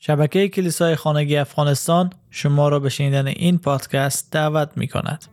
شبکه کلیسای خانگی افغانستان شما را به شنیدن این پادکست دعوت می کند.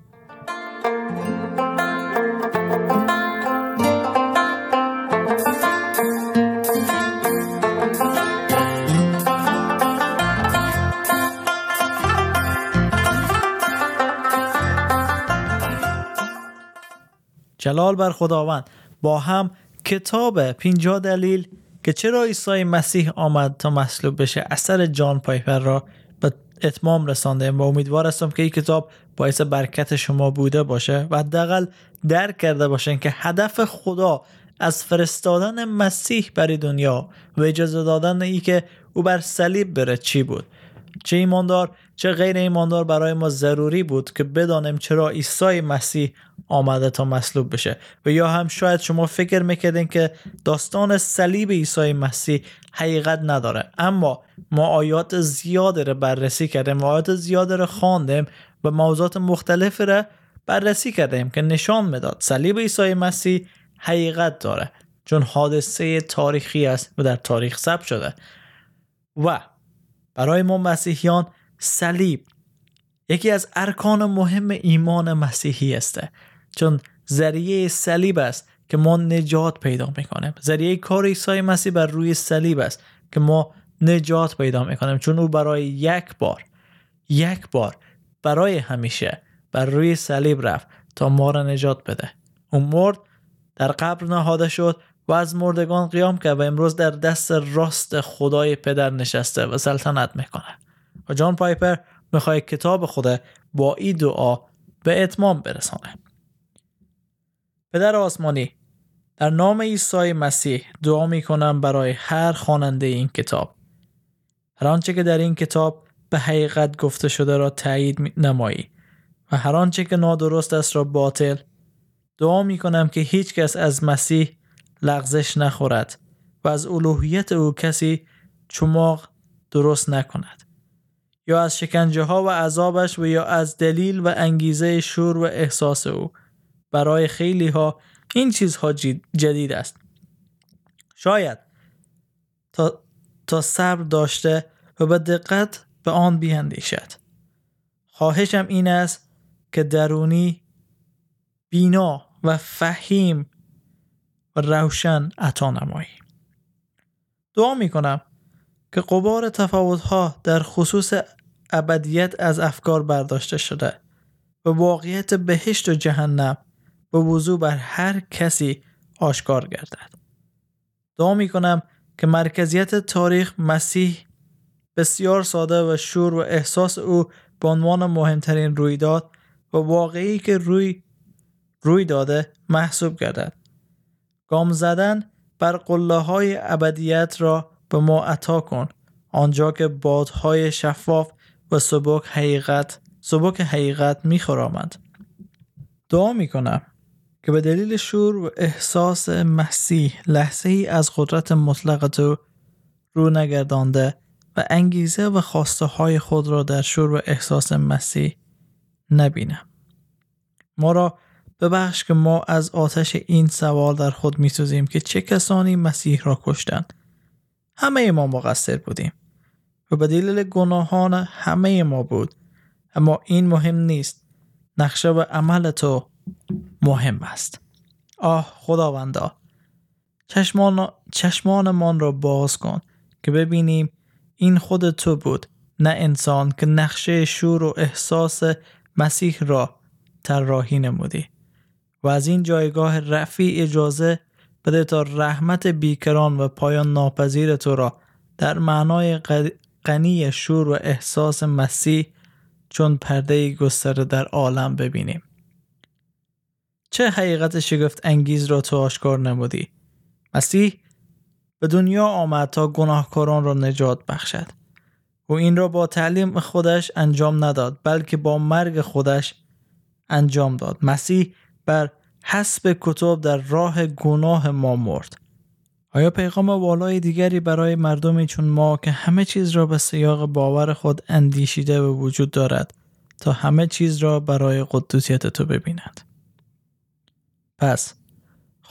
جلال بر خداوند. با هم کتاب 50 دلیل که چرا عیسی مسیح آمد تا مصلوب بشه اثر جان پایپر را به اتمام رساندیم و امیدوار هستم که این کتاب باعث برکت شما بوده باشه و حداقل درک کرده باشین که هدف خدا از فرستادن مسیح برای دنیا و اجازه دادن ای که او بر صلیب بره چی بود. چه ایماندار چه غیر ایماندار برای ما ضروری بود که بدانیم چرا عیسی مسیح آمده تا مصلوب بشه. و یا هم شاید شما فکر میکردین که داستان صلیب عیسی مسیح حقیقت نداره، اما ما آیات زیاد رو بررسی کردیم و آیات زیاد رو خواندیم و موضوعات مختلف رو بررسی کردیم که نشان میداد صلیب عیسی مسیح حقیقت داره، چون حادثه تاریخی است و در تاریخ ثبت شده. و برای ما مسیحیان صلیب یکی از ارکان مهم ایمان مسیحی است، چون ذریعه صلیب است که ما نجات پیدا میکنیم. ذریعه کار عیسی مسیح بر روی صلیب است که ما نجات پیدا میکنیم، چون او برای یک بار برای همیشه بر روی صلیب رفت تا ما را نجات بده. او مرد، در قبر نهاده شد و از مردگان قیام کرد و امروز در دست راست خدای پدر نشسته و سلطنت میکنه. و جان پایپر میخواد کتاب خود با این دعا به اتمام برسانه. پدر آسمانی، در نام عیسی مسیح دعا میکنم برای هر خواننده این کتاب. هر آنچه که در این کتاب به حقیقت گفته شده را تایید نمایی و هر آنچه که نادرست است را باطل. دعا میکنم که هیچ کس از مسیح لغزش نخورد و از الوهیت او کسی چماق درست نکند، یا از شکنجه ها و عذابش و یا از دلیل و انگیزه شور و احساس او. برای خیلی ها این چیزها جدید است. شاید تا صبر داشته و به دقت به آن بیاندیشد. خواهشم این است که درونی بینا و فهیم و روشن عطا نمایی. دعا می کنم که غبار تفاوت‌ها در خصوص ابدیت از افکار برداشته شده و واقعیت بهشت و جهنم به وضوح بر هر کسی آشکار گردد. دعا می کنم که مرکزیت تاریخ مسیح بسیار ساده و شور و احساس او به عنوان مهمترین رویداد و واقعی که روی داده محسوب گردد. گام زدن بر قله‌های ابدیت را به ما عطا کن، آنجا که بادهای شفاف و سبک حقیقت می‌خرامند. دعا می‌کنم که به دلیل شور و احساس مسیح لحظه ای از قدرت مطلق تو رو نگردانده و انگیزه و خواسته های خود را در شور و احساس مسیح نبینم. ما را ببخش که ما از آتش این سوال در خود می‌سوزیم که چه کسانی مسیح را کشتند. همه ما مقصر بودیم و به دلیل گناهان همه ما بود، اما این مهم نیست. نقشه و عمل تو مهم است. خداوندا، چشمانمان را باز کن که ببینیم این خود تو بود، نه انسان که نقشه شور و احساس مسیح را طراحی نمودی. و از این جایگاه رفیع اجازه بده تا رحمت بیکران و پایان ناپذیر تو را در معنای غنی شور و احساس مسیح چون پرده گسترده در عالم ببینیم. چه حقیقت شگفت انگیز را تو آشکار نمودی. مسیح به دنیا آمد تا گناهکاران را نجات بخشد. و این را با تعلیم خودش انجام نداد، بلکه با مرگ خودش انجام داد. مسیح بر حسب کتب در راه گناه ما مرد. آیا پیغام والای دیگری برای مردمی چون ما که همه چیز را به سیاق باور خود اندیشیده و وجود دارد تا همه چیز را برای قدوسیت تو ببیند؟ پس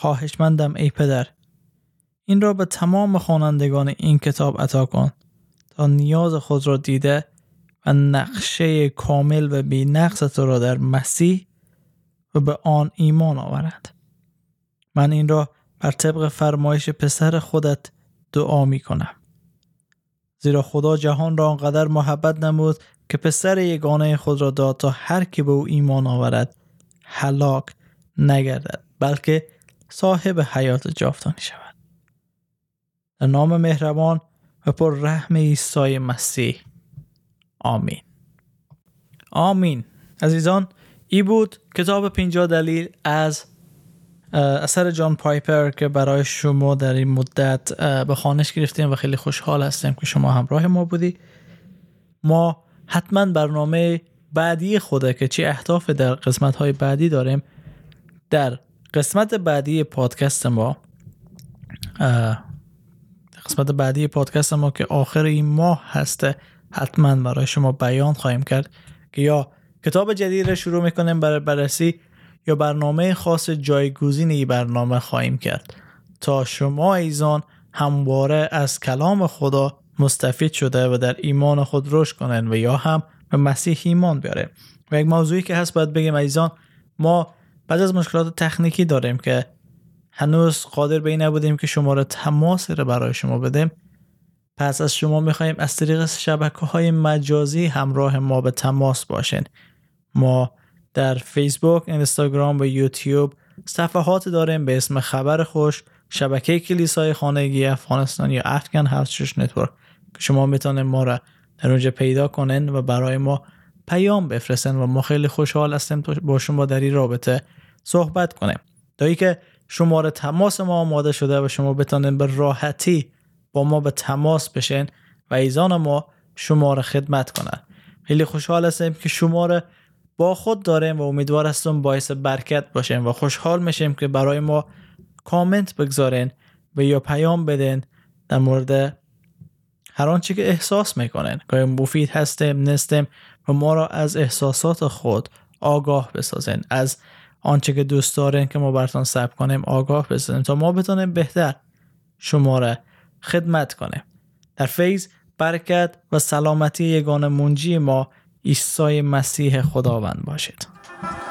خواهشمندم ای پدر، این را به تمام خوانندگان این کتاب عطا کن تا نیاز خود را دیده و نقشه کامل و بی نقص تو را در مسیح و به آن ایمان آورد. من این را بر طبق فرمایش پسر خودت دعا می کنم. زیرا خدا جهان را آنقدر محبت نمود که پسر یگانه خود را داد تا هر که به او ایمان آورد هلاک نگردد بلکه صاحب حیات جاودانی شود. در نام مهربان و پر رحم عیسی مسیح. آمین. آمین. عزیزان، ای بود کتاب 50 دلیل از اثر جان پایپر که برای شما در این مدت به خوانش گرفتیم و خیلی خوشحال هستیم که شما همراه ما بودی. ما حتما برنامه بعدی خوده که چی اهداف در قسمت‌های بعدی داریم در قسمت بعدی پادکست ما که آخر این ماه هسته حتما برای شما بیان خواهیم کرد که یا کتاب جدید را شروع میکنیم برای بررسی یا برنامه خاص جایگزین این برنامه خواهیم کرد تا شما ایزان همواره از کلام خدا مستفید شده و در ایمان خود رشد کنن و یا هم به مسیح ایمان بیاره. و یک موضوعی که هست باید بگیم ایزان، ما بعد از مشکلات تکنیکی داریم که هنوز قادر به این نبودیم که شماره تماس رو برای شما بدیم. پس از شما میخواییم از طریق شبکه‌های مجازی همراه ما به تماس باشین. ما در فیسبوک، اینستاگرام و یوتیوب صفحات داریم به اسم خبر خوش، شبکه کلیسای خانگی افغانستان یا افغان هاوس چرچ نتورک که شما میتونید ما را در اونجا پیدا کنن و برای ما پیام بفرستن و ما خیلی خوشحال هستیم با شما در این رابطه صحبت کنیم. تا اینکه شماره تماس ما آماده شده و شما بتونید به راحتی با ما به تماس بشین و ایزان ما شماره خدمت کنن. خیلی خوشحال هستیم که شماره با خود داریم و امیدوار هستم باعث برکت باشیم و خوشحال میشیم که برای ما کامنت بگذارین و یا پیام بدین در مورد هر آنچه که احساس میکنین که مفید هستیم نیستیم و ما را از احساسات خود آگاه بسازین، از آنچه که دوست دارین که ما براتون ثبت کنیم آگاه بسازین تا ما بتونیم بهتر شما را خدمت کنیم. در فیض، برکت و سلامتی یگانه منجی ما عیسی مسیح خداوند باشید.